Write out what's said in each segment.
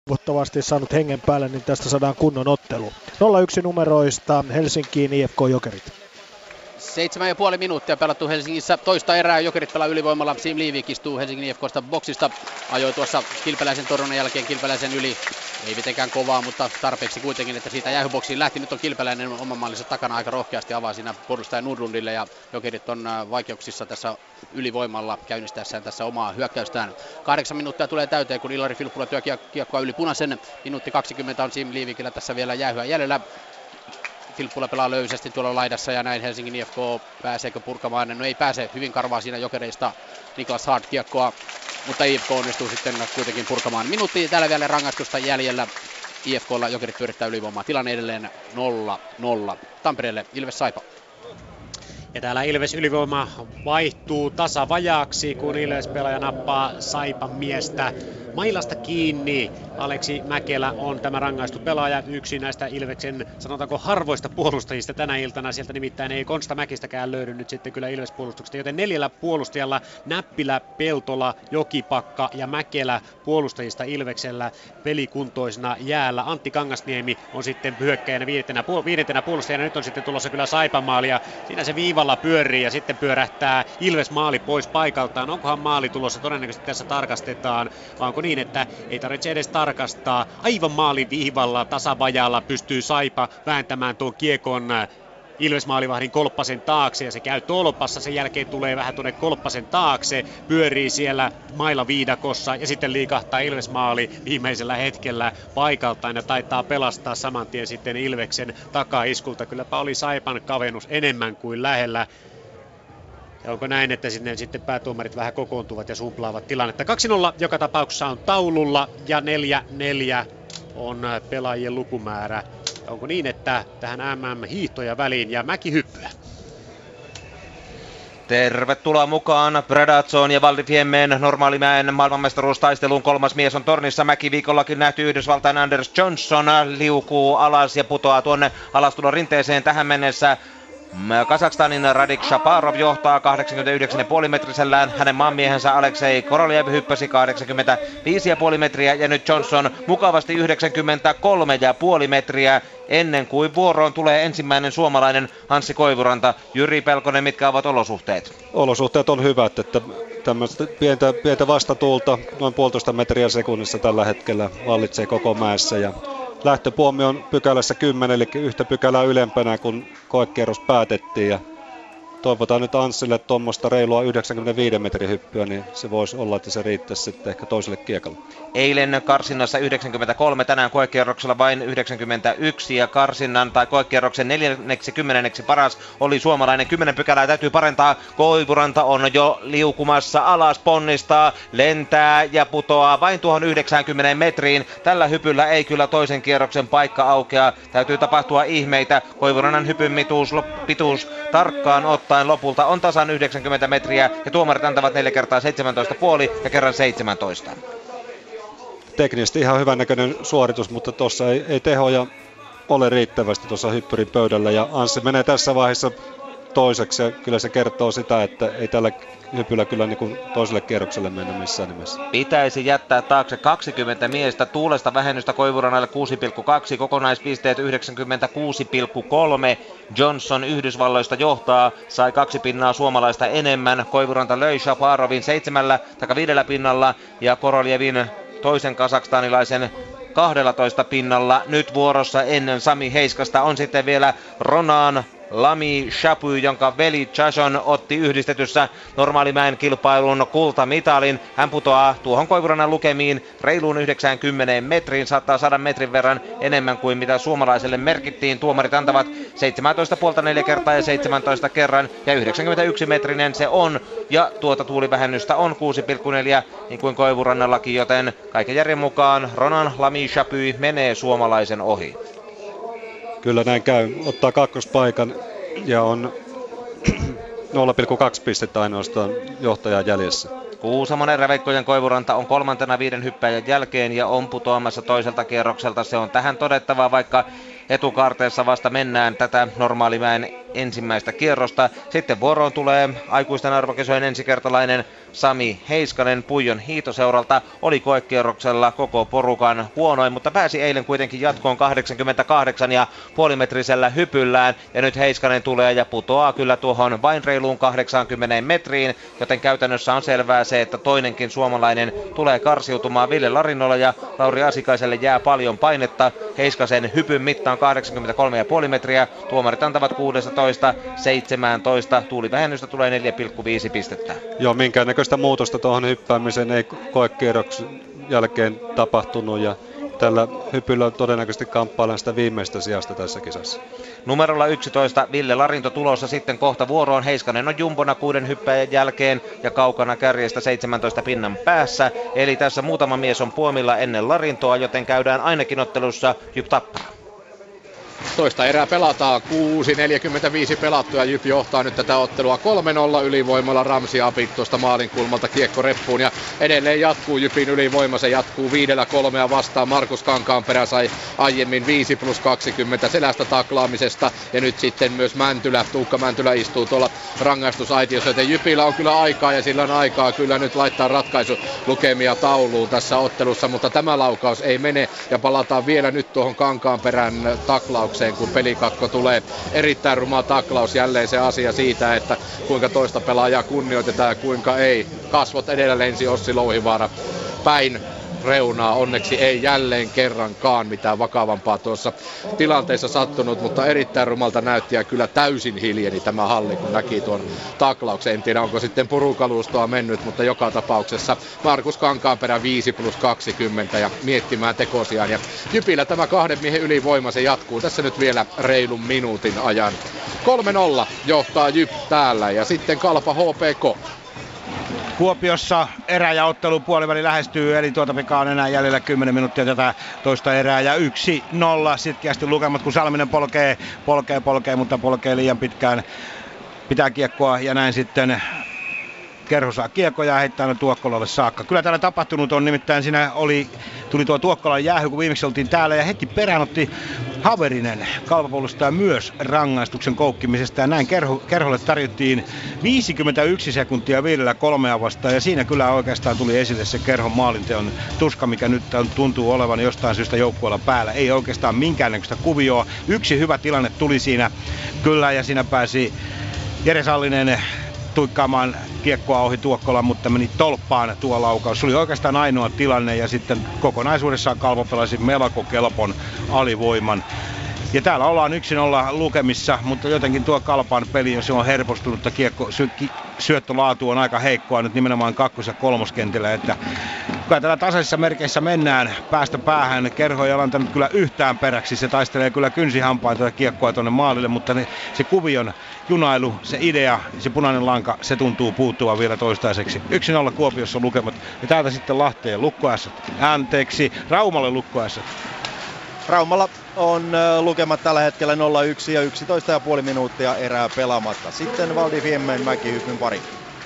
toivottavasti saanut hengen päälle, niin tästä saadaan kunnon ottelu. 0-1 numeroista Helsinkiin IFK Jokerit. 7,5 minuuttia pelattu Helsingissä. Toista erää Jokerit pelaa ylivoimalla. Sim Liivik istuu Helsingin IFK:sta boksista. Ajoi tuossa Kilpeläisen torjunnan jälkeen Kilpeläisen yli. Ei mitenkään kovaa, mutta tarpeeksi kuitenkin, että siitä jäähyboksiin lähti. Nyt on Kilpeläinen oman mallinsa takana aika rohkeasti avaa siinä puolustaja Nordlundille. Ja Jokerit on vaikeuksissa tässä ylivoimalla käynnistäessään tässä omaa hyökkäystään. 8 minuuttia tulee täyteen, kun Ilari Filppula työ kiekkoa yli punaisen. Minuutti 20 on Sim Liivikillä tässä vielä jäähyä jäljellä. Filppula pelaa löysästi tuolla laidassa ja näin Helsingin IFK pääseekö purkamaan? No ei pääse, hyvin karvaa siinä Jokereista Niklas Hart kiekkoa, mutta IFK onnistuu sitten kuitenkin purkamaan. Minuutti täällä vielä rangaistusta jäljellä. IFK:lla Jokerit pyörittää ylivoimaa. Tilanne edelleen 0-0. Tampereelle Ilves Saipa. Ja täällä Ilves ylivoima vaihtuu tasavajaaksi, kun Ilves pelaaja nappaa Saipan miestä mailasta kiinni. Aleksi Mäkelä on tämä rangaistu pelaaja, yksi näistä Ilveksen, sanotaanko, harvoista puolustajista tänä iltana. Sieltä nimittäin ei Konsta Mäkistäkään löydy nyt sitten kyllä Ilves-puolustuksesta, joten 4 puolustajalla Näppilä, Peltola, Jokipakka ja Mäkelä puolustajista Ilveksellä pelikuntoisena jäällä. Antti Kangasniemi on sitten hyökkäjänä viidentenä puolustajana. Nyt on sitten tulossa kyllä Saipan maali ja siinä se viivalla pyörii ja sitten pyörähtää Ilves maali pois paikaltaan. Onkohan maali tulossa? Todennäköisesti tässä tarkastetaan. Vai onko niin, että ei tarvitse edes tarkastaa? Aivan maalin viivalla tasavajalla pystyy Saipa vääntämään tuon kiekon Ilves maalivahdin Kolppasen taakse ja se käy tolpassa, sen jälkeen tulee vähän tuonne Kolppasen taakse, pyörii siellä mailla viidakossa ja sitten liikahtaa Ilves maali viimeisellä hetkellä paikaltaan ja taitaa pelastaa saman tien sitten Ilveksen takaiskulta. Kylläpä oli Saipan kavennus enemmän kuin lähellä. Ja onko näin, että sinne sitten päätuomarit vähän kokoontuvat ja suplaavat tilannetta. 2-0 joka tapauksessa on taululla ja 4-4 on pelaajien lukumäärä. Onko niin, että tähän MM-hiihtoja väliin ja mäkihyppyä? Tervetuloa mukaan Bradazzoon ja Val di Fiemmeen Normaalimäen maailmanmestaruustaisteluun. Kolmas mies on tornissa. Mäkiviikollakin nähty Yhdysvaltain Anders Johnson liukuu alas ja putoaa tuonne alastulon rinteeseen tähän mennessä. Kazakstanin Radik Shaparov johtaa 89,5 metrisellään. Hänen maanmiehensä Aleksei Koroljev hyppäsi 85,5 metriä ja nyt Johnson mukavasti 93,5 metriä ennen kuin vuoroon tulee ensimmäinen suomalainen Anssi Koivuranta. Jyri Pelkonen, mitkä ovat olosuhteet? Olosuhteet on hyvät, että tämmöistä pientä vastatuulta noin 1,5 metriä sekunnissa tällä hetkellä vallitsee koko mäessä ja lähtöpuomi on pykälässä 10, eli yhtä pykälää ylempänä, kun koekierros päätettiin. Ja toivotaan nyt Anssille tuommoista reilua 95 metrin hyppyä, niin se voisi olla, että se riittäisi sitten ehkä toiselle kiekalle. Eilen karsinnassa 93, tänään koekierroksella vain 91 ja karsinnan tai koekierroksen 40 paras oli suomalainen. 10 pykälää täytyy parantaa. Koivuranta on jo liukumassa alas, ponnistaa, lentää ja putoaa vain tuohon 90 metriin. Tällä hypyllä ei kyllä toisen kierroksen paikka aukea. Täytyy tapahtua ihmeitä. Koivurannan hypyn pituus tarkkaan ottaen lopulta on tasan 90 metriä ja tuomarit antavat 4 kertaa 17,5 ja kerran 17. Teknisesti ihan hyvän näköinen suoritus, mutta tuossa ei tehoja ole riittävästi tuossa hyppyrin pöydällä ja Anssi menee tässä vaiheessa toiseksi ja kyllä se kertoo sitä, että ei tällä hypyllä kyllä niin kuin toiselle kierrokselle mennä missään nimessä. Pitäisi jättää taakse 20 miestä, tuulesta vähennystä Koivurannalle 6,2, kokonaispisteet 96,3. Johnson Yhdysvalloista johtaa, sai 2 pinnaa suomalaista enemmän, Koivuranta löi Shaparovin 5 pinnalla ja Koroljevin toisen kazakstanilaisen 12 pinnalla. Nyt vuorossa ennen Sami Heiskasta on sitten vielä Ronan Lami Chapuis, jonka veli Chashon otti yhdistetyssä Normaalimäen kilpailun kultamitalin. Hän putoaa tuohon Koivurannan lukemiin reiluun 90 metriin, saattaa 100 metrin verran enemmän kuin mitä suomalaiselle merkittiin. Tuomarit antavat 17,5 4 kertaa ja 17 kerran ja 91 metrinen se on ja tuota tuulivähennystä on 6,4 niin kuin Koivurannallakin, joten kaiken järjen mukaan Ronan Lami Chapuis menee suomalaisen ohi. Kyllä näin käy. Ottaa kakkospaikan ja on 0,2 pistettä ainoastaan johtajan jäljessä. Kuusamon Eräveikkojen Koivuranta on 3. 5 hyppäjän jälkeen ja on putoamassa toiselta kierrokselta. Se on tähän todettava, vaikka etukaarteessa vasta mennään tätä Normaalimäen ensimmäistä kierrosta. Sitten vuoroon tulee aikuisten arvokisojen ensikertalainen Sami Heiskanen Puijon hiihtoseuralta. Oli koekierroksella koko porukan huonoin, mutta pääsi eilen kuitenkin jatkoon 88,5-metrisellä hypyllään. Ja nyt Heiskanen tulee ja putoaa kyllä tuohon vain reiluun 80 metriin, joten käytännössä on selvää se, että toinenkin suomalainen tulee karsiutumaan. Ville Larinnolla ja Lauri Asikaiselle jää paljon painetta. Heiskasen hypyn mitta on 83,5 metriä. Tuomarit antavat 16-17. Tuulivähennystä tulee 4,5 pistettä. Joo, minkäännäköistä muutosta tuohon hyppäämiseen ei koekierroksen jälkeen tapahtunut ja tällä hypyllä todennäköisesti kamppaillaan sitä viimeistä sijasta tässä kisassa. Numerolla 11 Ville Larinto tulossa sitten kohta vuoroon. Heiskanen on jumbona 6 hyppäjän jälkeen ja kaukana kärjestä 17 pinnan päässä. Eli tässä muutama mies on puomilla ennen Larintoa, joten käydään ainakin ottelussa Jyp Tappara. Toista erää pelataan, 6.45 pelattu ja Jyp johtaa nyt tätä ottelua 3-0 ylivoimalla. Ramsi Apit tuosta maalin kulmalta kiekko reppuun ja edelleen jatkuu Jypin ylivoima. Se jatkuu 5-3 vastaan. Markus Kankaanperä sai aiemmin 5+20 selästä taklaamisesta ja nyt sitten myös Tuukka Mäntylä istuu tuolla rangaistusaitiossa, joten Jypillä on kyllä aikaa ja sillä on aikaa kyllä nyt laittaa ratkaisulukemia tauluun tässä ottelussa, mutta tämä laukaus ei mene ja palataan vielä nyt tuohon Kankaanperän taklaukseen, kun pelikatko tulee. Erittäin ruma taklaus, jälleen se asia siitä, että kuinka toista pelaajaa kunnioitetaan ja kuinka ei. Kasvot edellä lensi Ossi Louhivaara päin reunaa. Onneksi ei jälleen kerrankaan mitään vakavampaa tuossa tilanteessa sattunut, mutta erittäin rumalta näytti ja kyllä täysin hiljeni tämä halli, kun näki tuon taklauksen. En tiedä, onko sitten purukalustoa mennyt, mutta joka tapauksessa Markus Kankaanperä 5+20 ja miettimään tekosiaan. Ja Jypillä tämä 2 miehen ylivoima, se jatkuu tässä nyt vielä reilun minuutin ajan. 3-0 johtaa Jyp täällä ja sitten Kalpa HPK. Kuopiossa erä ja ottelu puoliväli lähestyy, eli tuota pikaa on enää jäljellä 10 minuuttia tätä toista erää ja 1-0 sitkeästi lukemat, kun Salminen polkee, mutta polkee liian pitkään, pitää kiekkoa ja näin sitten Kerho saa kiekkoja ja heittää Tuokkolalle saakka. Kyllä täällä tapahtunut on, nimittäin siinä tuli tuo Tuokkolan jäähy, kun viimeksi oltiin täällä ja heti perään otti Haverinen Kalpapuolustaja myös rangaistuksen koukkimisesta ja näin Kerholle tarjottiin 51 sekuntia 5-3 vastaan ja siinä kyllä oikeastaan tuli esille se Kerhon maalinteon tuska, mikä nyt tuntuu olevan jostain syystä joukkueella päällä. Ei oikeastaan minkäännäköistä kuvioa. Yksi hyvä tilanne tuli siinä kyllä ja siinä pääsi Jere Sallinen tuikkaamaan kiekkoa ohi Tuokkolan, mutta meni tolppaan tuo laukaus. Se oli oikeastaan ainoa tilanne ja sitten kokonaisuudessaan Kalpa pelasi melko kelpon alivoiman. Ja täällä ollaan 1-0 lukemissa, mutta jotenkin tuo Kalpan peli, jos se on herpostunutta, syöttölaatu on aika heikkoa nyt nimenomaan 2- ja 3-kentillä, että kyllä täällä tasaisissa merkeissä mennään päästä päähän. Kerho ei ole antanut kyllä yhtään peräksi, se taistelee kyllä kynsihampaan tuota kiekkoa tuonne maalille, mutta se kuvion junailu, se idea, se punainen lanka, se tuntuu puuttua vielä toistaiseksi. 1-0 Kuopiossa lukemat ja täältä sitten Lahteen Raumalle lukkoässät. Raumalla on lukemat tällä hetkellä 0-1 ja 11,5 minuuttia erää pelaamatta. Sitten Valdi Fiemmen mäkihypyn pari.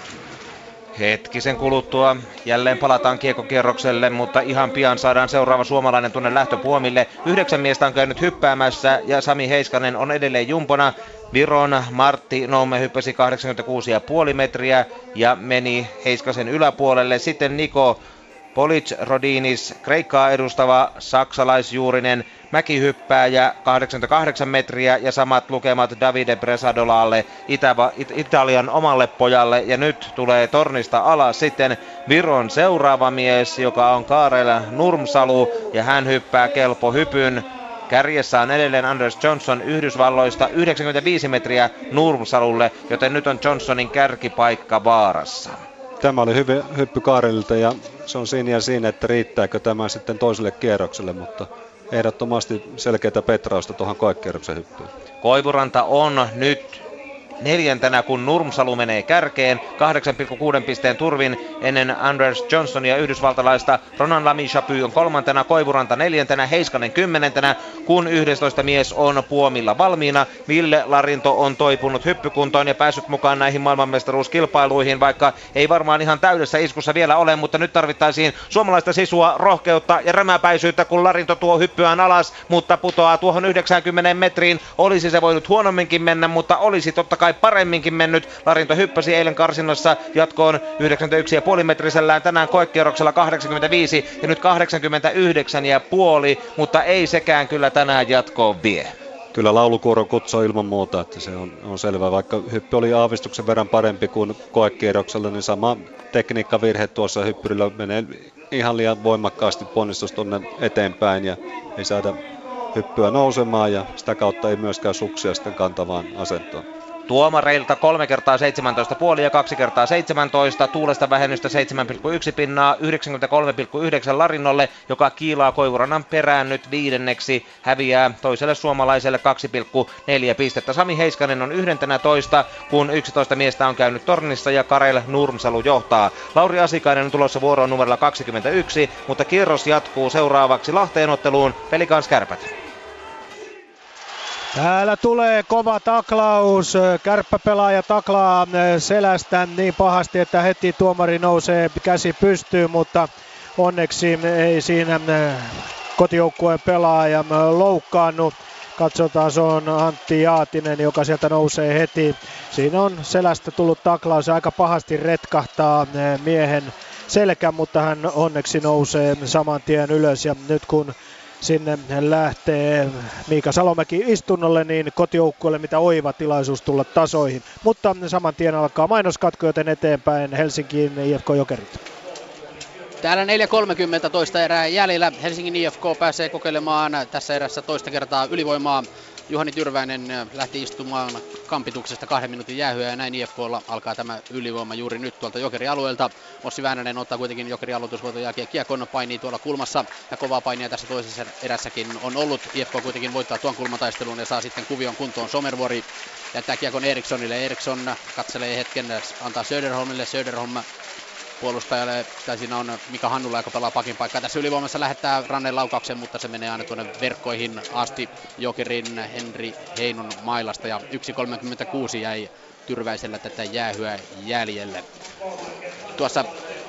Hetkisen kuluttua jälleen palataan kiekkokierrokselle, mutta ihan pian saadaan seuraava suomalainen tuonne lähtöpuomille. 9 miestä on käynyt hyppäämässä ja Sami Heiskanen on edelleen jumpona. Viron Martti Noume hyppäsi 86,5 metriä ja meni Heiskasen yläpuolelle. Sitten Niko Polic-Rodinis, Kreikkaa edustava saksalaisjuurinen mäkihyppääjä 88 metriä ja samat lukemat Davide Bresadolalle, Italian omalle pojalle. Ja nyt tulee tornista alas sitten Viron seuraava mies, joka on Karel Nurmsalu ja hän hyppää kelpo hypyn. Kärjessä on edelleen Anders Johnson Yhdysvalloista 95 metriä Nurmsalulle, joten nyt on Johnsonin kärkipaikka vaarassa. Tämä oli hyvä hyppy Kaarelilta ja se on siinä ja siinä, että riittääkö tämä sitten toiselle kierrokselle, mutta ehdottomasti selkeätä petrausta tuohon koekierroksen hyppyyn. Koivuranta on nyt neljäntenä, kun Nurmsalu menee kärkeen 8,6 pisteen turvin ennen Anders Johnsonia yhdysvaltalaista. Ronan Lamy-Chaput on kolmantena, Koivuranta neljäntenä, Heiskanen 10. kun 11 mies on puomilla valmiina. Ville Larinto on toipunut hyppykuntoon ja päässyt mukaan näihin maailmanmestaruuskilpailuihin, vaikka ei varmaan ihan täydessä iskussa vielä ole, mutta nyt tarvittaisiin suomalaista sisua, rohkeutta ja rämäpäisyyttä, kun Larinto tuo hyppyään alas, mutta putoaa tuohon 90 metriin. Olisi se voinut huonomminkin mennä, mutta olisi totta kai paremminkin mennyt. Larinto hyppäsi eilen karsinnassa jatkoon 91,5 metrisellään, tänään koekierroksella 85 ja nyt 89,5, mutta ei sekään kyllä tänään jatkoon vie. Kyllä laulukuoro kutsoo ilman muuta, että se on selvä. Vaikka hyppy oli aavistuksen verran parempi kuin koekierroksella, niin sama tekniikkavirhe tuossa hyppyrillä menee ihan liian voimakkaasti ponnistus tuonne eteenpäin ja ei saada hyppyä nousemaan ja sitä kautta ei myöskään suksia sitten kantavaan asentoon. Tuomareilta 3 kertaa 17,5 ja 2 kertaa 17, tuulesta vähennystä 7,1 pinnaa, 93,9 Larinnolle, joka kiilaa Koivurannan perään nyt viidenneksi, häviää toiselle suomalaiselle 2,4 pistettä. Sami Heiskanen on 11, kun 11 miestä on käynyt tornissa ja Karel Nurmsalu johtaa. Lauri Asikainen on tulossa vuoroon numerolla 21, mutta kierros jatkuu seuraavaksi Lahteen otteluun Pelikans Kärpät. Täällä tulee kova taklaus. Kärppäpelaaja taklaa selästä niin pahasti, että heti tuomari nousee käsi pystyyn, mutta onneksi ei siinä kotijoukkueen pelaaja loukkaannut. Katsotaan, se on Antti Jaatinen, joka sieltä nousee heti. Siinä on selästä tullut taklaus ja aika pahasti retkahtaa miehen selkä, mutta hän onneksi nousee saman tien ylös ja nyt kun sinne lähtee Miika Salomäki istunnolle, niin kotijoukkueelle mitä oiva tilaisuus tulla tasoihin. Mutta saman tien alkaa mainoskatko, joten eteenpäin Helsinkiin IFK Jokerit. Täällä 4.30 toista erää jäljellä. Helsingin IFK pääsee kokeilemaan tässä erässä toista kertaa ylivoimaa. Juhani Tyrväinen lähti istumaan kampituksesta 2 minuutin jäähyä ja näin IFK:lla alkaa tämä ylivoima juuri nyt tuolta Jokeri-alueelta. Ossi Väänänen ottaa kuitenkin Jokerin aloitusvoiton jälkeen kiekon, painii tuolla kulmassa ja kovaa painia tässä toisessa erässäkin on ollut. IFK kuitenkin voittaa tuon kulmataistelun ja saa sitten kuvion kuntoon. Somervuori jättää kiekon Erikssonille. Eriksson katselee hetken, antaa Söderholmille. Söderholm puolustajalle, tai siinä on Mika Hannula, joka pelaa pakin paikkaa. Tässä ylivoimassa lähettää Rannen laukauksen, mutta se menee aina tuonne verkkoihin asti Jokerin Henri Heinon mailasta. Ja 1.36 jäi Tyrväisellä tätä jäähyä jäljelle. Tuossa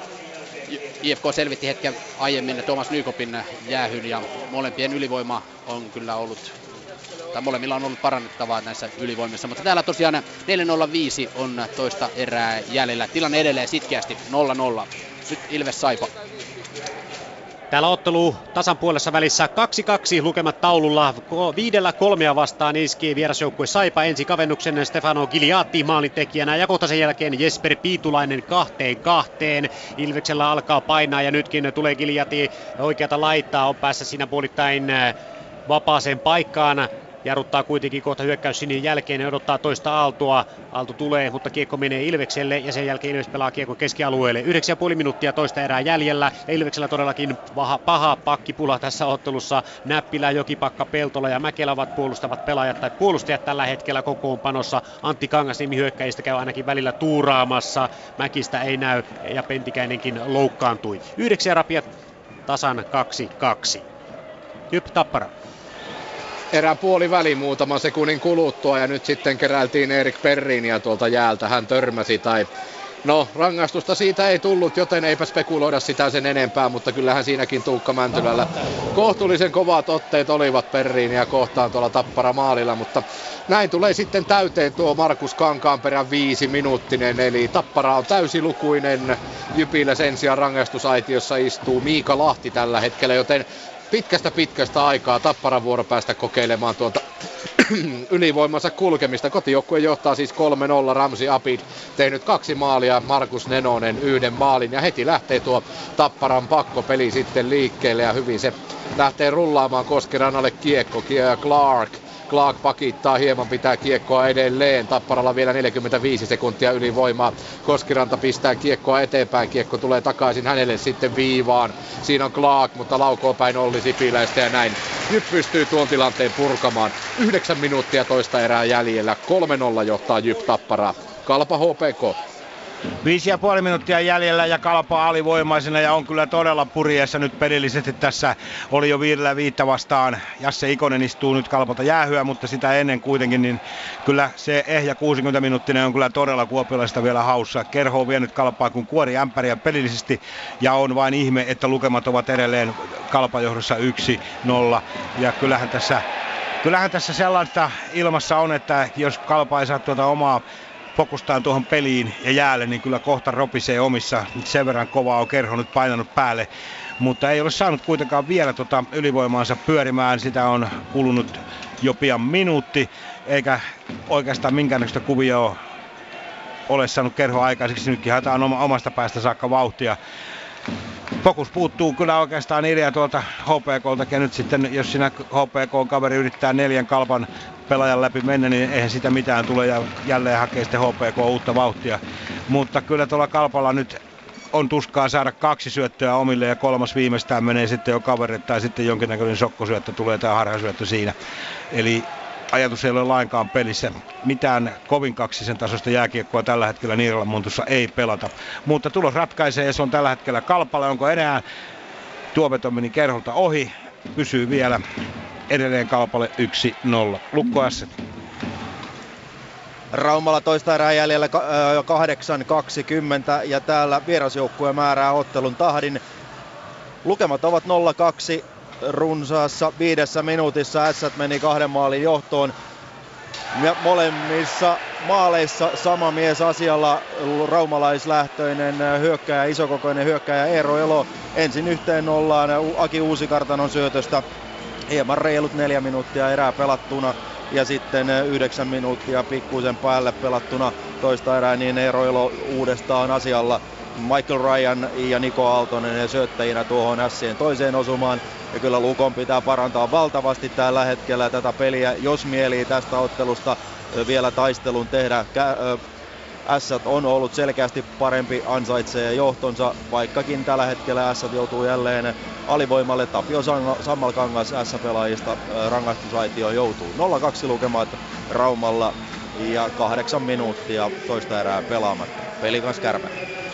IFK selvitti hetken aiemmin Thomas Nykopin jäähyn ja molempien ylivoima on kyllä ollut, tai molemmilla on ollut parannettavaa näissä ylivoimissa, mutta täällä tosiaan 4.05 on toista erää jäljellä. Tilanne edelleen sitkeästi 0-0. Nyt Ilves Saipa. Täällä ottelu tasan puolessa välissä 2-2 lukemat taululla. 5-3 vastaan iski vierasjoukkue Saipa ensi kavennuksen Stefano Giliatti maalintekijänä ja kohta sen jälkeen Jesper Piitulainen 2-2. Ilveksellä alkaa painaa ja nytkin tulee Giliatti oikeata laittaa, on päässä siinä puolittain vapaaseen paikkaan. Jarruttaa kuitenkin kohta hyökkäyssinin jälkeen ja odottaa toista aaltoa. Aalto tulee, mutta kiekko menee Ilvekselle ja sen jälkeen Ilves pelaa kiekko keskialueelle. 9,5 minuuttia toista erää jäljellä. Ja Ilveksellä todellakin paha pakkipula tässä ottelussa. Näppilä, Jokipakka, Peltola ja Mäkelä ovat puolustavat pelaajat tai puolustajat tällä hetkellä kokoonpanossa. Antti Kangasniemi hyökkäjistä käy ainakin välillä tuuraamassa. Mäkistä ei näy ja Pentikäinenkin loukkaantui. 9 rapiat tasan 2-2. Jyp Tappara. Erän puoliväli muutaman sekunnin kuluttua ja nyt sitten keräiltiin Erik Perrinia tuolta jäältä. Hän törmäsi no rangaistusta siitä ei tullut, joten eipä spekuloida sitä sen enempää, mutta kyllähän siinäkin Tuukka Mäntylällä kohtuullisen kovat otteet olivat Perrinia kohtaan tuolla Tappara maalilla, mutta näin tulee sitten täyteen tuo Markus Kankaanperän 5-minuuttinen, eli Tappara on täysilukuinen. Jypillä sen sijaan rangaistusaitiossa istuu Miika Lahti tällä hetkellä, joten pitkästä aikaa Tapparan vuoro päästä kokeilemaan tuolta ylivoimansa kulkemista. Kotijoukkue johtaa siis 3-0. Ramsi Abid tehnyt 2 maalia, Markus Nenonen 1 maalin ja heti lähtee tuo Tapparan pakkopeli sitten liikkeelle ja hyvin se lähtee rullaamaan Koskirannalle kiekko. Clark pakittaa hieman, pitää kiekkoa edelleen. Tapparalla vielä 45 sekuntia ylivoimaa. Koskiranta pistää kiekkoa eteenpäin. Kiekko tulee takaisin hänelle sitten viivaan. Siinä on Clark, mutta laukoo päin Olli Sipiläistä ja näin Jyp pystyy tuon tilanteen purkamaan. 9 minuuttia toista erää jäljellä. 3-0 johtaa Jyp Tapparaa. Kalpa HPK. 5,5 minuuttia jäljellä ja Kalpa alivoimaisena ja on kyllä todella purjeessa nyt pelillisesti. Tässä oli jo 5-5 vastaan. Jasse Ikonen istuu nyt Kalpalta jäähyä, mutta sitä ennen kuitenkin niin kyllä se ehjä 60-minuuttinen on kyllä todella kuopiolaista vielä haussa. Kerho on vienyt Kalpaa kuin kuori ämpäriä pelillisesti ja on vain ihme, että lukemat ovat edelleen Kalpan johdossa 1-0 ja kyllähän tässä sellaista ilmassa on, että jos Kalpa ei saa tuota omaa fokustaan tuohon peliin ja jäälle, niin kyllä kohta ropisee omissa. Sen verran kovaa on Kerho nyt painanut päälle, mutta ei ole saanut kuitenkaan vielä ylivoimaansa pyörimään. Sitä on kulunut jo pian minuutti, eikä oikeastaan minkäännäköistä kuvioa ole saanut Kerho aikaiseksi. Nytkin haetaan omasta päästä saakka vauhtia. Fokus puuttuu kyllä oikeastaan idea tuolta HPK:ltakin, ja nyt sitten jos siinä HPK-kaveri yrittää 4 Kalpan pelaajan läpi mennä, niin eihän sitä mitään tule ja jälleen hakee sitten HPK uutta vauhtia. Mutta kyllä tuolla Kalpalla nyt on tuskaa saada 2 syöttöä omille ja 3. viimeistään menee sitten jo kaverit tai sitten jonkinnäköinen sokkosyöttö tulee tai harhasyöttö siinä. Eli ajatus ei ole lainkaan pelissä. Mitään kovin kaksisen tasoista jääkiekkoa tällä hetkellä Niiralan Montussa ei pelata. Mutta tulos ratkaisee ja se on tällä hetkellä Kalpalle. Onko enää tuo veto meni Kerholta ohi? Pysyy vielä edelleen Kalpalle 1-0. Lukko Ässät. Raumalla toista erää jäljellä 8-20 ja täällä vierasjoukkue määrää ottelun tahdin. Lukemat ovat 0-2 runsaassa 5 minuutissa. Ässät meni 2 maalin johtoon. Ja molemmissa maaleissa sama mies asialla, raumalaislähtöinen hyökkääjä, isokokoinen hyökkääjä Eero Elo. Ensin 1-0 Aki Uusikartanon syötöstä. Hieman reilut 4 minuuttia erää pelattuna ja sitten 9 minuuttia pikkuisen päälle pelattuna toista erää, niin Eero Elo uudestaan asialla. Michael Ryan ja Niko Aaltonen syöttäjinä tuohon Ässien toiseen osumaan. Ja kyllä Lukon pitää parantaa valtavasti tällä hetkellä tätä peliä, jos mielii tästä ottelusta vielä taistelun tehdä. Ässät on ollut selkeästi parempi, ansaitsee johtonsa, vaikkakin tällä hetkellä Ässät joutuu jälleen alivoimalle. Tapio Sammalkangas Ässä-pelaajista rangaistusaitioon joutuu. 0-2 lukemat Raumalla ja 8 minuuttia toista erää pelaamatta. Pelikas Kärpä.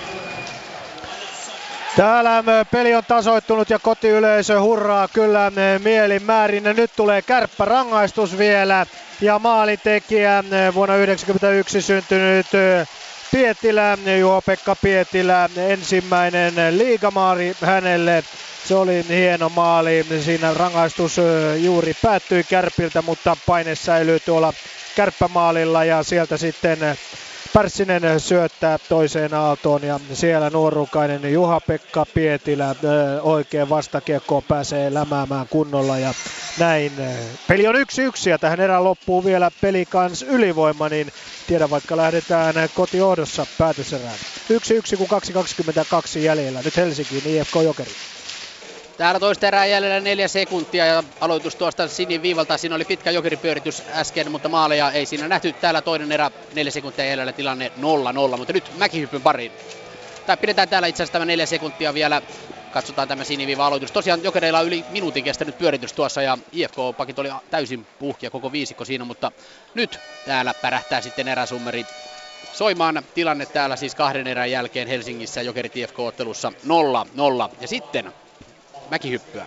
Täällä peli on tasoittunut ja kotiyleisö hurraa kyllä mielin määrin. Nyt tulee Kärppä rangaistus vielä ja maalintekijä vuonna 1991 syntynyt Pietilä, Juho-Pekka Pietilä, ensimmäinen liigamaali hänelle. Se oli hieno maali. Siinä rangaistus juuri päättyi Kärpiltä, mutta paine säilyy tuolla Kärppämaalilla ja sieltä sitten Pärssinen syöttää toiseen aaltoon ja siellä nuorukainen Juha-Pekka Pietilä oikein vastakiekkoon pääsee lämäämään kunnolla ja näin. Peli on 1-1 ja tähän erään loppuu vielä peli kans ylivoima, niin tiedä vaikka lähdetään kotijohdossa päätöserään. 1-1 kun 2.22 jäljellä. Nyt Helsinkiin IFK Jokeri. Täällä toista erää jäljellä 4 sekuntia ja aloitus tuosta siniviivalta. Siinä oli pitkä Jokeripyöritys äsken, mutta maaleja ei siinä nähty. Täällä toinen erä 4 sekuntia jäljellä, tilanne 0-0, mutta nyt mäkihyppyn pariin. Pidetään täällä itse asiassa tämä 4 sekuntia vielä. Katsotaan tämä siniviiva-aloitus. Tosiaan Jokereilla on yli minuutin kestänyt pyöritys tuossa ja IFK-pakit oli täysin puhkia koko viisikko siinä, mutta nyt täällä pärähtää sitten eräsummeri soimaan. Tilanne täällä siis 2 erän jälkeen Helsingissä Jokerit IFK-ottelussa 0-0 ja sitten mäkihyppyä.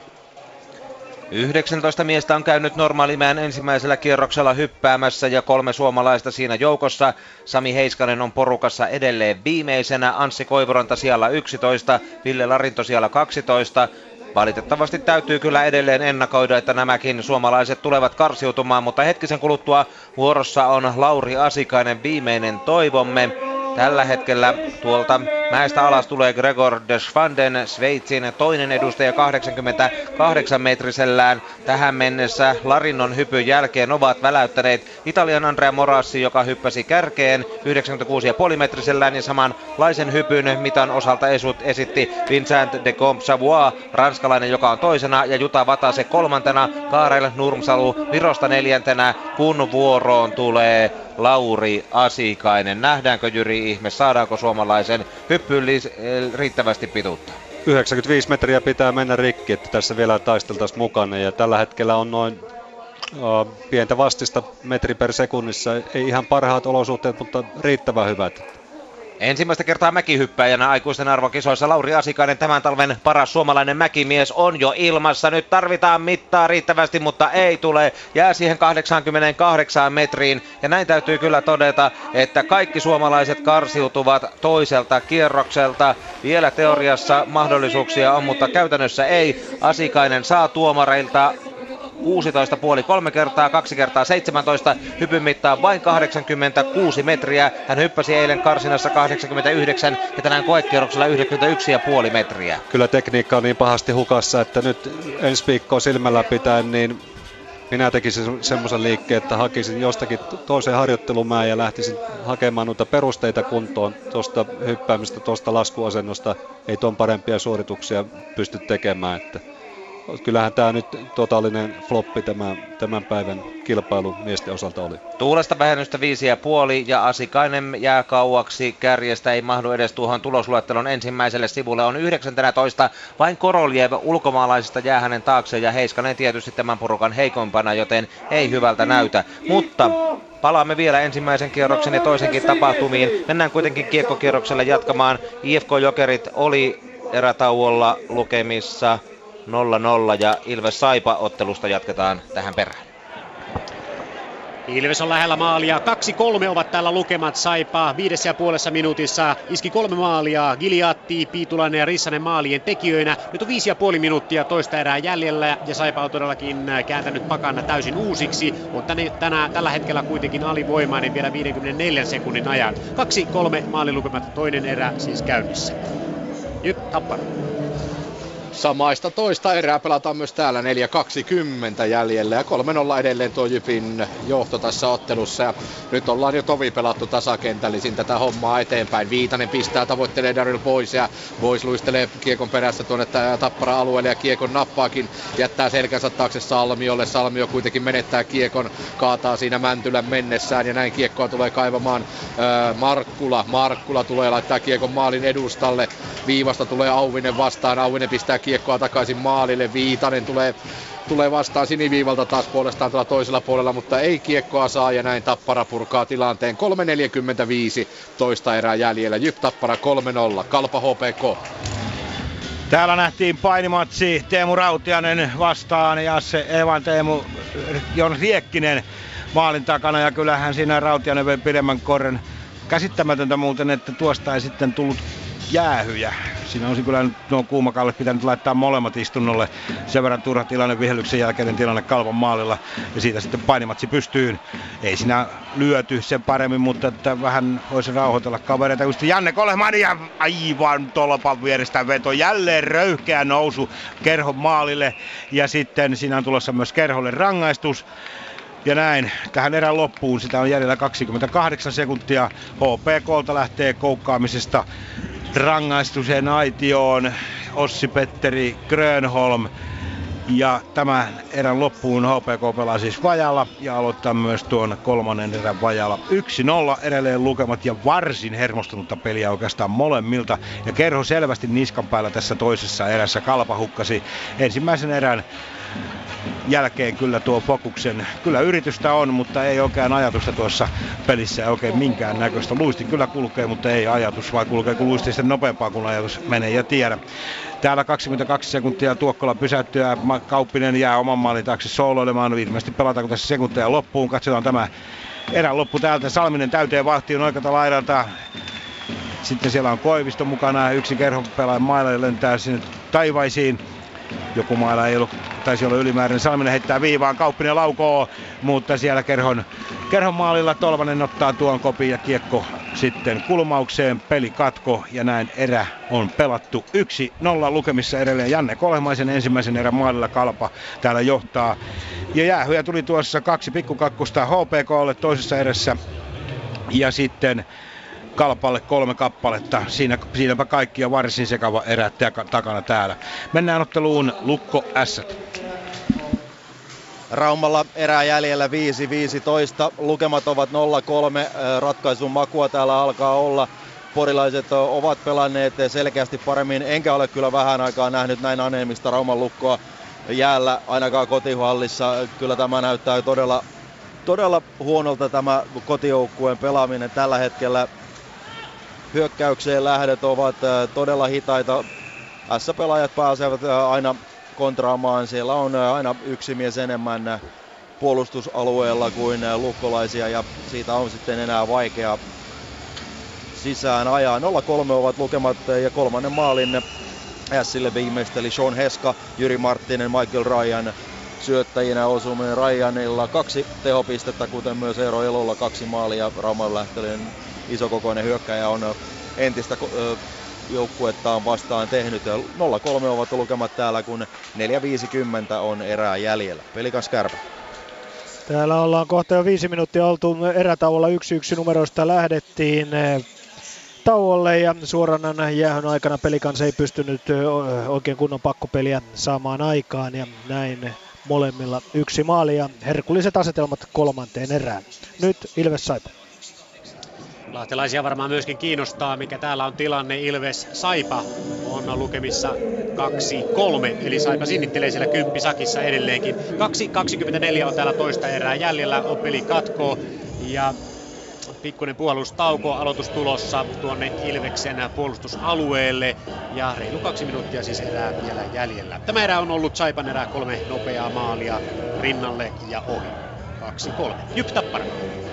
19 miestä on käynyt normaalimään ensimmäisellä kierroksella hyppäämässä ja 3 suomalaista siinä joukossa. Sami Heiskanen on porukassa edelleen viimeisenä, Anssi Koivuranta siellä 11, Ville Larinto siellä 12. Valitettavasti täytyy kyllä edelleen ennakoida, että nämäkin suomalaiset tulevat karsiutumaan, mutta hetkisen kuluttua vuorossa on Lauri Asikainen, viimeinen toivomme. Tällä hetkellä tuolta mäestä alas tulee Gregor Deschwanden, Sveitsin toinen edustaja 88-metrisellään. Tähän mennessä Larinnon hypyn jälkeen ovat väläyttäneet Italian Andrea Morassi, joka hyppäsi kärkeen 96,5-metrisellään ja samanlaisen hypyn mitan osalta esitti Vincent de Combe-Savoie, ranskalainen, joka on toisena, ja Juta Vatase kolmantena, Kaarel Nurmsalu Virosta 4, kun vuoroon tulee Lauri Asikainen. Nähdäänkö Jyri ihme, saadaanko suomalaisen hyppyyn riittävästi pituutta? 95 metriä pitää mennä rikki, että tässä vielä taisteltaisiin mukana. Ja tällä hetkellä on noin pientä vastista metri per sekunnissa. Ei ihan parhaat olosuhteet, mutta riittävän hyvät. Ensimmäistä kertaa mäkihyppäjänä aikuisten arvokisoissa Lauri Asikainen, tämän talven paras suomalainen mäkimies, on jo ilmassa. Nyt tarvitaan mittaa riittävästi, mutta ei tule. Jää siihen 88 metriin. Ja näin täytyy kyllä todeta, että kaikki suomalaiset karsiutuvat toiselta kierrokselta. Vielä teoriassa mahdollisuuksia on, mutta käytännössä ei. Asikainen saa tuomareilta 16,5 3 kertaa, 2 kertaa 17, hypyn mittaa vain 86 metriä. Hän hyppäsi eilen karsinassa 89 ja tänään koekierroksella 91,5 metriä. Kyllä tekniikka on niin pahasti hukassa, että nyt ensi viikkoa silmällä pitäen, niin minä tekisin semmoisen liikkeen, että hakisin jostakin toiseen harjoittelumäen ja lähtisin hakemaan noita perusteita kuntoon tuosta hyppäämistä, tuosta laskuasennosta. Ei tuon parempia suorituksia pysty tekemään, että kyllähän tämä nyt totaalinen floppi tämän päivän kilpailu miesten osalta oli. Tuulesta vähennystä 5,5 ja Asikainen jää kauaksi kärjestä, ei mahdu edes tuohon tulosluettelon ensimmäiselle sivulle. On 19, vain Koroljev ulkomaalaisista jää hänen taakse ja Heiskanen tietysti tämän porukan heikompana, joten ei hyvältä näytä. Mutta palaamme vielä ensimmäisen kierroksen ja toisenkin tapahtumiin. Mennään kuitenkin kiekkokierrokselle jatkamaan. IFK Jokerit oli erätauolla lukemissa 0-0 ja Ilves Saipa ottelusta jatketaan tähän perään. Ilves on lähellä maalia. 2-3 ovat täällä lukemat. Saipa 5,5 minuutissa iski 3 maalia. Giliatti, Piitulainen ja Rissanen maalien tekijöinä. Nyt on 5,5 minuuttia toista erää jäljellä ja Saipa on todellakin kääntänyt pakana täysin uusiksi. On tällä hetkellä kuitenkin alivoimainen vielä 54 sekunnin ajan. 2-3 maalilukemat, toinen erä siis käynnissä. Jyp, Tappara. Samaista toista erää pelataan myös täällä, 4.20 jäljellä ja 3-0 edelleen tuo Jypin johto tässä ottelussa. Ja nyt ollaan jo tovi pelattu tasakentällisin tätä hommaa eteenpäin. Viitanen pistää, tavoittelee Daryl Boyce ja Boyce luistelee kiekon perässä tuonne Tappara alueelle ja kiekon nappaakin. Jättää selkänsä taakse Salmiolle. Salmio kuitenkin menettää kiekon, kaataa siinä Mäntylän mennessään ja näin kiekkoa tulee kaivamaan Markkula. Markkula tulee laittaa kiekon maalin edustalle. Viivasta tulee Auvinen vastaan. Auvinen pistää kiekkoa takaisin maalille. Viitanen tulee vastaan siniviivalta taas puolestaan tuolla toisella puolella, mutta ei kiekkoa saa ja näin Tappara purkaa tilanteen. 3.45 toista erää jäljellä. Jyp Tappara 3-0. Kalpa HPK. Täällä nähtiin painimatsi Teemu Rautiainen vastaan ja Jon Riekkinen maalin takana ja kyllähän siinä Rautiainen vei pidemmän korren. Käsittämätöntä muuten, että tuosta ei sitten tullut jäähyjä. Siinä olisi kyllä nuo Kuumakalle pitänyt laittaa molemmat istunnolle. Sen verran turha tilanne, vihellyksen jälkeinen tilanne Kalpan maalilla ja siitä sitten painimatsi pystyyn. Ei siinä lyöty sen paremmin, mutta että vähän voisi rauhoitella kavereita. Just Janne Kolehmainen ja aivan tolpan vierestä veto. Jälleen röyhkeä nousu Kerhon maalille ja sitten siinä on tulossa myös Kerholle rangaistus. Ja näin, tähän erän loppuun, sitä on jäljellä 28 sekuntia. HPK:lta lähtee koukkaamisesta rangaistuseen aitioon Ossi-Petteri Grönholm. Ja tämän erän loppuun HPK pelaa siis vajalla ja aloittaa myös tuon kolmannen erän vajalla. 1-0 edelleen lukemat ja varsin hermostunutta peliä oikeastaan molemmilta. Ja Kerho selvästi niskan päällä tässä toisessa erässä. Kalpa hukkasi ensimmäisen erän jälkeen kyllä tuo fokuksen. Kyllä yritystä on, mutta ei oikein ajatusta tuossa pelissä, ei oikein minkään näköistä. Luisti kyllä kulkee, mutta ei ajatus, vai kulkeeko luisti sitten nopeampaa kuin ajatus menee ja tiedä. Täällä 22 sekuntia Tuokkola pysäyttyä, Kauppinen jää oman maalin taakse sooloilemaan. Ilmeisesti pelataanko tässä sekunteja loppuun. Katsotaan tämä erän loppu täältä. Salminen täyteen vahtiin oikealta laidalta. Sitten siellä on Koivisto mukana. Yksi Kerhon pelaajan mailla lentää sinne taivaisiin. Joku mailla ei ollut, taisi olla ylimääräinen. Salminen heittää viivaan, Kauppinen laukoo, mutta siellä Kerhon maalilla Tolvanen ottaa tuon kopin ja kiekko sitten kulmaukseen. Peli katko ja näin erä on pelattu 1-0 lukemissa edelleen. Janne Kolehmaisen ensimmäisen erän maalilla Kalpa täällä johtaa. Ja jäähyjä tuli tuossa 2 pikkukakkusta HPK:lle toisessa erässä ja sitten Kalpalle 3 kappaletta. Siinäpä kaikki ja varsin sekava erä takana täällä. Mennään otteluun Lukko Ässät. Raumalla erää jäljellä 5-15. Lukemat ovat 0-3. Ratkaisun makua täällä alkaa olla. Porilaiset ovat pelanneet selkeästi paremmin, enkä ole kyllä vähän aikaa nähnyt näin aneemista Rauman Lukkoa jäällä, ainakaan kotihallissa. Kyllä tämä näyttää todella huonolta tämä kotijoukkueen pelaaminen tällä hetkellä. Hyökkäykseen lähdöt ovat todella hitaita. S-pelaajat pääsevät aina kontraamaan. Siellä on aina yksi mies enemmän puolustusalueella kuin lukkolaisia ja siitä on sitten enää vaikea sisään ajaa. 0-3 ovat lukemat ja kolmannen maalin Sille viimeisteli Sean Heska, Jyri Marttinen, Michael Ryan syöttäjinä osuminen Ryanilla 2 tehopistettä, kuten myös Eero Elolla 2 maalia. Rauman lähtöinen isokokoinen hyökkäjä on entistä joukkuettaan vastaan tehnyt. 0-3 ovat lukemat täällä, kun 4.50 on erää jäljellä. Pelikans Kärpä. Täällä ollaan kohta jo 5 minuuttia oltu erätauolla 1-1 numeroista lähdettiin tauolle ja suoranan jäähön aikana Pelikans ei pystynyt oikein kunnon pakkopeliä saamaan aikaan ja näin molemmilla 1 maali ja herkulliset asetelmat kolmanteen erään. Nyt Ilves Saipa. Lahtelaisia varmaan myöskin kiinnostaa, mikä täällä on tilanne. Ilves Saipa on lukemissa 2-3, eli Saipa sinnittelee siellä kymppisakissa edelleenkin. 2.24 on täällä toista erää jäljellä, on peli katkoo ja pikkuinen puolustauko, aloitus tulossa tuonne Ilveksen puolustusalueelle ja reilu 2 minuuttia siis erää vielä jäljellä. Tämä erä on ollut Saipan erää, 3 nopeaa maalia rinnalle ja ohi. 2-3. Jyp Tappara.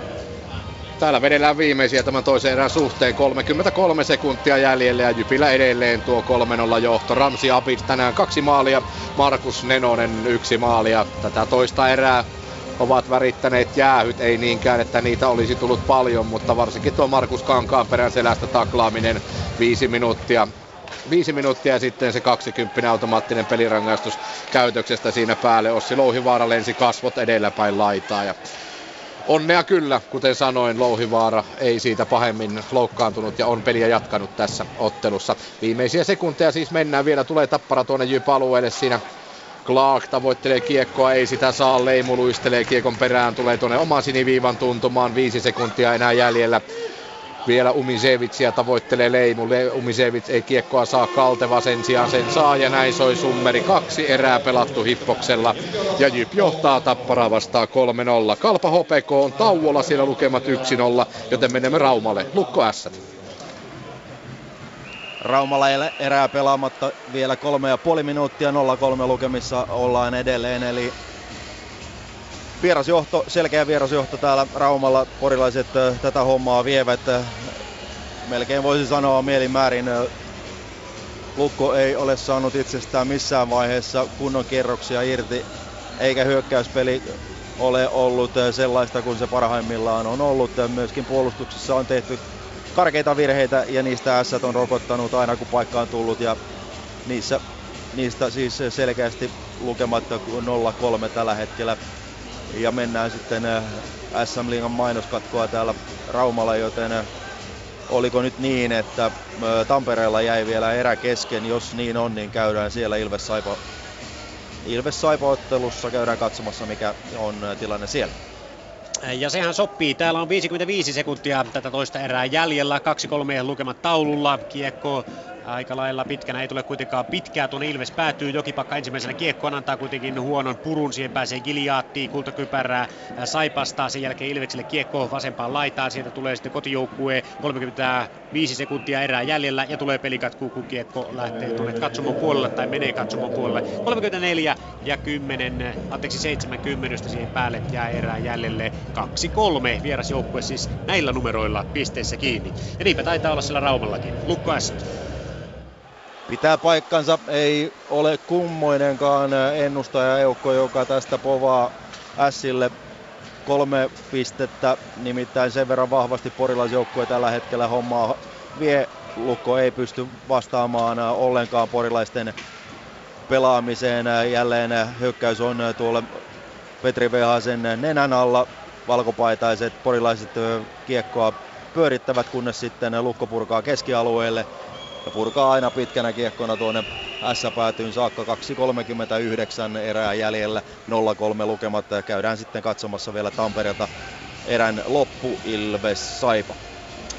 Täällä vedellään viimeisiä tämän toisen erän suhteen. 33 sekuntia jäljellä ja Jypillä edelleen tuo 3-0 johto. Ramsi Abid tänään 2 maalia, Markus Nenonen 1 maalia. Tätä toista erää ovat värittäneet jäähyt, ei niinkään, että niitä olisi tullut paljon, mutta varsinkin tuo Markus Kankaanperän selästä taklaaminen 5 minuuttia. 5 minuuttia ja sitten se 20 automaattinen pelirangaistus käytöksestä siinä päälle. Ossi Louhivaara lensi kasvot edelläpäin laitaa ja onnea kyllä, kuten sanoin, Louhivaara ei siitä pahemmin loukkaantunut ja on peliä jatkanut tässä ottelussa. Viimeisiä sekunteja siis mennään, vielä tulee Tappara tuonne Jyp-alueelle siinä. Clark tavoittelee kiekkoa, ei sitä saa, Leimu luistelee kiekon perään, tulee tuonne oman siniviivan tuntumaan, 5 sekuntia enää jäljellä. Vielä Umisevicia tavoittelee Leimu, Umisevic ei kiekkoa saa, Kalteva sen sijaan sen saa ja näin soi summeri. 2 erää pelattu Hippoksella ja Jyp johtaa Tapparaa vastaan 3-0. Kalpa HPK on tauolla, siellä lukemat 1-0, joten menemme Raumalle. Lukko Ässät. Raumalla erää pelaamatta vielä 3,5 minuuttia, 0-3 lukemissa ollaan edelleen, eli vierasjohto, selkeä vierasjohto täällä Raumalla. Porilaiset tätä hommaa vievät. Melkein voisi sanoa mielinmäärin. Lukko ei ole saanut itsestään missään vaiheessa kunnon kierroksia irti, eikä hyökkäyspeli ole ollut sellaista kuin se parhaimmillaan on ollut. Myöskin puolustuksessa on tehty karkeita virheitä ja niistä Ässät on rokottanut aina kun paikka on tullut ja niistä siis selkeästi lukemat 0-3 tällä hetkellä. Ja mennään sitten SM Liigan mainoskatkoa täällä Raumalla, joten oliko nyt niin, että Tampereella jäi vielä erä kesken? Jos niin on, niin käydään siellä Ilves Saipa-ottelussa, käydään katsomassa mikä on tilanne siellä. Ja sehän sopii. Täällä on 55 sekuntia tätä toista erää jäljellä. 2-3 lukemat taululla. Kiekko aika lailla pitkänä. Ei tule kuitenkaan pitkää. Tuonne Ilves päätyy. Jokipakka ensimmäisenä kiekkoon antaa kuitenkin huonon purun. Siihen pääsee Giliaattiin. Kultakypärää Saipasta. Sen jälkeen Ilvekselle kiekko vasempaan laitaan. Sieltä tulee sitten kotijoukkue. 35 sekuntia erää jäljellä. Ja tulee pelikatku, kun kiekko lähtee tuonne katsomon puolelle tai menee katsomon puolelle. 34 ja 70 siihen päälle jää erää jäljelle. 2-3 vierasjoukkue siis näillä numeroilla pisteissä kiinni. Ja niinpä taitaa olla siellä Raumallakin. Lukko S. Pitää paikkansa, ei ole kummoinenkaan ennustajajoukko, joka tästä povaa Sille 3 pistettä. Nimittäin sen verran vahvasti porilaisjoukkue tällä hetkellä hommaa vie. Lukko ei pysty vastaamaan ollenkaan porilaisten pelaamiseen. Jälleen hyökkäys on tuolla Petri Vehasen nenän alla. Valkopaitaiset porilaiset kiekkoa pyörittävät, kunnes sitten Lukko purkaa keskialueelle. Ja purkaa aina pitkänä kiekkona tuonne S-päätyyn saakka. 2.39 erää jäljellä, 0-3 lukemat. Käydään sitten katsomassa vielä Tampereelta erän loppu Ilves Saipa.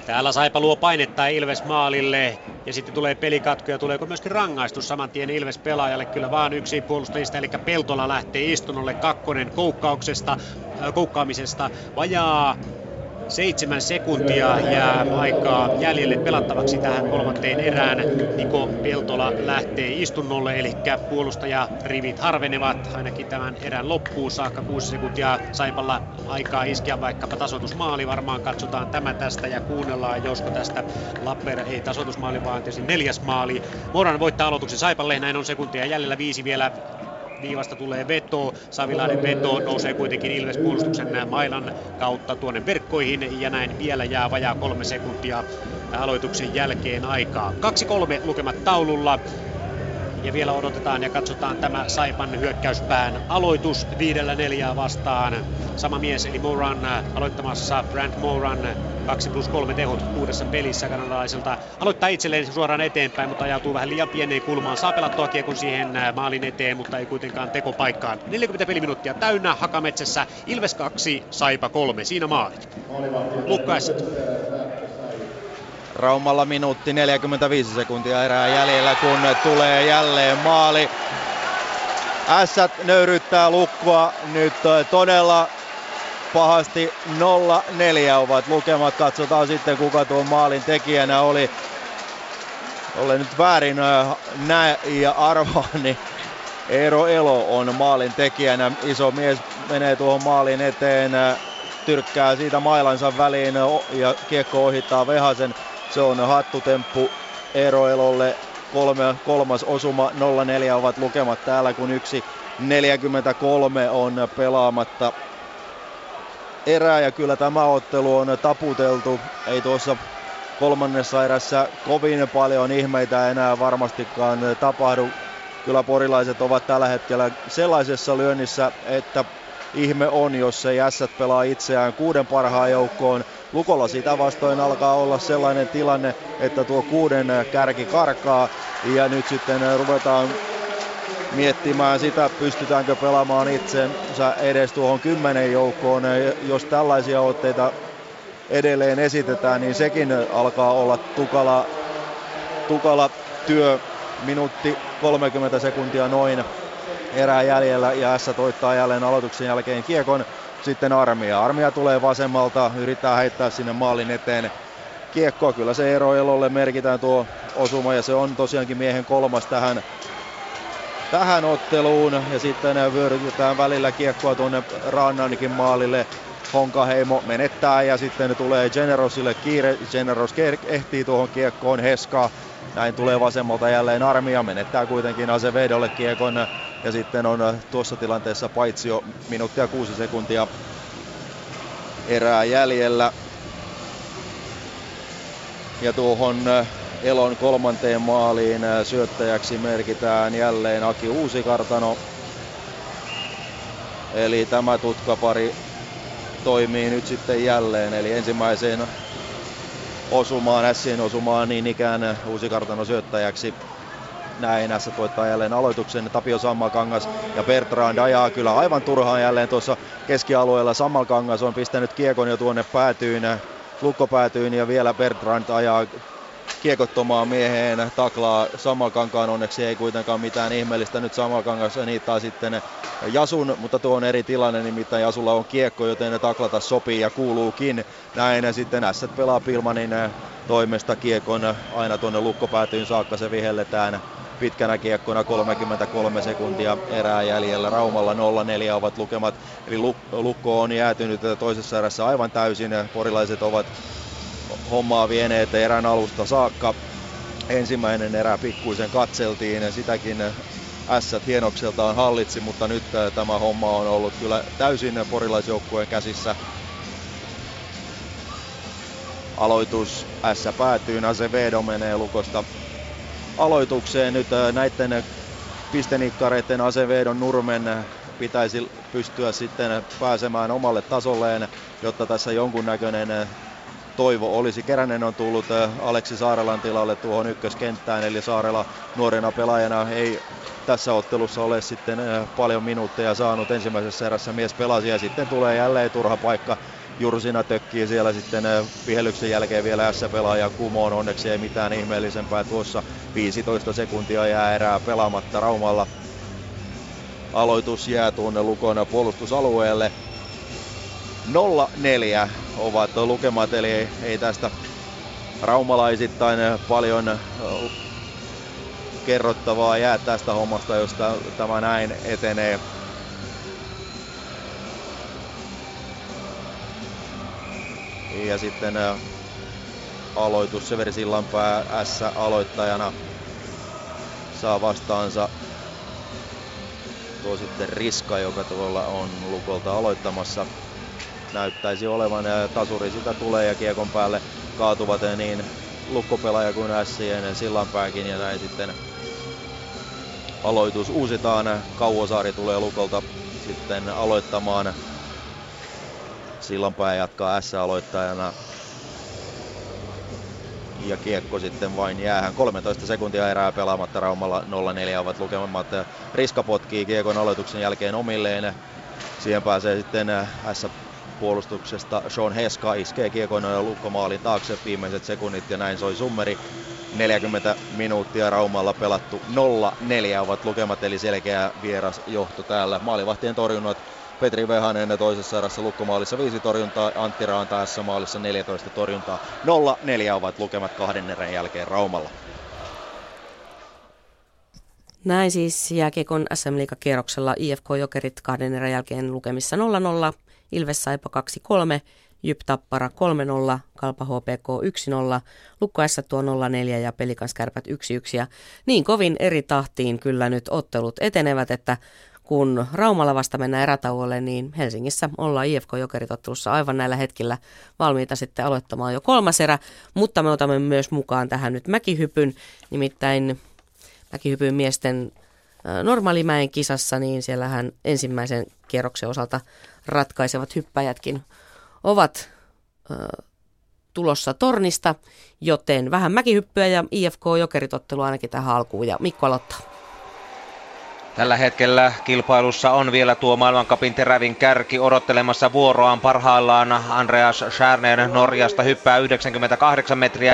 Täällä Saipa luo painetta Ilves maalille ja sitten tulee pelikatko ja tuleeko myöskin rangaistus saman tien Ilves pelaajalle. Kyllä vaan yksi puolustajista eli Peltola lähtee istunnolle, kakkonen koukkaamisesta. Vajaa 7 sekuntia jää aikaa jäljelle pelattavaksi tähän kolmanteen erään. Niko Peltola lähtee istunnolle, eli puolustajarivit harvenevat ainakin tämän erän loppuun saakka. 6 sekuntia Saipalla aikaa iskeä vaikkapa tasoitusmaali. Varmaan katsotaan tämä tästä ja kuunnellaan, josko tästä Lapper ei tasoitusmaali, vaan tietysti 4. maali. Moran voittaa aloituksen Saipalle, näin on sekuntia jäljellä, 5 vielä. Viivasta tulee veto, Savilainen veto nousee kuitenkin Ilves puolustuksen mailan kautta tuonne verkkoihin ja näin vielä jää vajaa 3 sekuntia aloituksen jälkeen aikaa. 2-3 lukemat taululla ja vielä odotetaan ja katsotaan tämä Saipan hyökkäyspään aloitus 5-4 vastaan. Sama mies eli Moran aloittamassa, Brand Moran 2+3 tehot 6 pelissä kanadalaiselta. Aloittaa itselleen suoraan eteenpäin, mutta ajautuu vähän liian pieneen kulmaan. Saa pelattua kiekon siihen maalin eteen, mutta ei kuitenkaan tekopaikkaan. 40 peliminuuttia täynnä Hakametsässä. Ilves 2, Saipa 3. Siinä maalit. Lukkaessa. Raumalla minuutti 45 sekuntia erää jäljellä, kun tulee jälleen maali. Ässät nöyryttää Lukkoa nyt todella pahasti. 0-4 ovat lukemat. Katsotaan sitten, kuka tuon maalin tekijänä oli. Olen nyt väärin näe ja arvaan, niin Eero Elo on maalin tekijänä. Iso mies menee tuohon maalin eteen, tyrkkää siitä mailansa väliin ja kiekko ohittaa Vehasen. Se on hattutemppu Eero Elolle. Kolmas osuma, 0-4 ovat lukemat täällä, kun 1.43 on pelaamatta erää. Ja kyllä tämä ottelu on taputeltu. Ei tuossa kolmannessa erässä kovin paljon ihmeitä enää varmastikaan tapahdu. Kyllä porilaiset ovat tällä hetkellä sellaisessa lyönnissä, että ihme on, jos ei Ässät pelaa itseään 6 parhaan joukkoon. Lukolla sitä vastoin alkaa olla sellainen tilanne, että tuo 6 kärki karkaa ja nyt sitten ruvetaan miettimään sitä, pystytäänkö pelaamaan itsensä edes tuohon 10 joukkoon. Jos tällaisia otteita edelleen esitetään, niin sekin alkaa olla tukala työ. Minuutti 30 sekuntia noin erää jäljellä ja Ässät voittaa jälleen aloituksen jälkeen kiekon. Sitten Armia tulee vasemmalta, yrittää heittää sinne maalin eteen kiekkoa. Kyllä se Eero Elolle merkitään tuo osuma ja se on tosiaankin miehen 3. tähän otteluun. Ja sitten vyörytetään välillä kiekkoa tuonne Rannankin maalille. Honkaheimo menettää ja sitten tulee Generosille kiire. Generos ehtii tuohon kiekkoon, Heska. Näin tulee vasemmalta jälleen Armia, menettää kuitenkin Azevedolle kiekon ja sitten on tuossa tilanteessa paitsio, minuuttia 6 sekuntia erää jäljellä. Ja tuohon Elon 3. maaliin syöttäjäksi merkitään jälleen Aki Uusikartano. Eli tämä tutkapari toimii nyt sitten jälleen, eli ensimmäiseen Ässien osumaan niin ikään Uusikartano syöttäjäksi. Näin Ässät voittaa jälleen aloituksen. Tapio Sammalkangas ja Bertrand ajaa kyllä aivan turhaan jälleen tuossa keskialueella. Sammalkangas on pistänyt kiekon jo tuonne lukkopäätyyn ja vielä Bertrand ajaa kiekottomaan mieheen, taklaa Sammalkankaan, onneksi ei kuitenkaan mitään ihmeellistä. Nyt Sammalkangas niittaa sitten Jasun, mutta tuo on eri tilanne, nimittäin Jasulla on kiekko, joten taklata sopii ja kuuluukin. Näin sitten Ässät pelaa Pilmanin toimesta kiekon aina tuonne lukkopäätyyn saakka, se vihelletään pitkänä kiekkona, 33 sekuntia erää jäljellä. Raumalla 0-4 ovat lukemat, eli Lukko on jäätynyt toisessa erässä aivan täysin. Porilaiset ovat hommaa vieneet erän alusta saakka. Ensimmäinen erä pikkuisen katseltiin, sitäkin Ässät hienokseltaan hallitsi, mutta nyt tämä homma on ollut kyllä täysin porilaisjoukkueen käsissä. Aloitus Ässä päätyy, Azevedo menee Lukosta aloitukseen. Nyt näiden pistenikkareiden Azevedon Nurmen pitäisi pystyä sitten pääsemään omalle tasolleen, jotta tässä jonkunnäköinen toivo olisi. Keränen on tullut Aleksi Saarelan tilalle tuohon ykköskenttään, eli Saarela nuorena pelaajana ei tässä ottelussa ole sitten paljon minuutteja saanut. Ensimmäisessä erässä mies pelasi ja sitten tulee jälleen turha paikka Jursina tökkii siellä sitten vihellyksen jälkeen vielä S-pelaaja kumoon. Onneksi ei mitään ihmeellisempää tuossa. 15 sekuntia jää erää pelaamatta Raumalla. Aloitus jää tuonne Lukon puolustusalueelle. 0-4 ovat lukemat, eli ei tästä raumalaisittain paljon kerrottavaa jää tästä hommasta, jos tämä näin etenee. Ja sitten aloitus, Severi Sillanpää S-aloittajana saa vastaansa tuo sitten Riska, joka tuolla on Lukolta aloittamassa. Näyttäisi olevan, tasuri sitä tulee ja kiekon päälle kaatuvat niin Lukkopelaaja kuin Ässien Sillanpääkin, ja näin sitten aloitus uusitaan. Kauosaari tulee Lukolta sitten aloittamaan. Sillanpää jatkaa S-aloittajana. Ja kiekko sitten vain jäähän. 13 sekuntia erää pelaamatta, Raumalla 0-4 ovat lukemat. Riska potkii kiekon aloituksen jälkeen omilleen. Siihen pääsee sitten S-puolustuksesta Sean Heska, iskee kiekon Lukkomaalin taakse viimeiset sekunnit, ja näin soi summeri. 40 minuuttia Raumalla pelattu, 0-4 ovat lukemat, eli selkeä vierasjohto täällä. Maalivahtien torjunnat: Petri Vehanen toisessa erässä Lukkomaalissa 5 torjuntaa, Antti Raanta S-maalissa 14 torjuntaa. 0-4 ovat lukemat kahden erän jälkeen Raumalla. Näin siis jääkiekon SM-liigakierroksella IFK Jokerit kahden erän jälkeen lukemissa 0-0, Ilves Saipa 2-3, Jyp Tappara 3-0, Kalpa HPK 1-0, Lukko S tuo 0-4 ja Pelikans Kärpät 1-1. Ja niin kovin eri tahtiin kyllä nyt ottelut etenevät, että kun Raumalla vasta mennään erätauolle, niin Helsingissä ollaan IFK Jokerit-ottelussa aivan näillä hetkillä valmiita sitten aloittamaan jo kolmas erä, mutta me otamme myös mukaan tähän nyt mäkihypyn, nimittäin mäkihypyn miesten normaalimäen kisassa, niin siellähän ensimmäisen kierroksen osalta ratkaisevat hyppäjätkin ovat tulossa tornista, joten vähän mäkihyppyä ja IFK Jokerit-ottelu ainakin tähän alkuun, ja Mikko aloittaa. Tällä hetkellä kilpailussa on vielä tuo maailmancupin terävin kärki odottelemassa vuoroaan parhaillaan. Andreas Schärner Norjasta hyppää 98 metriä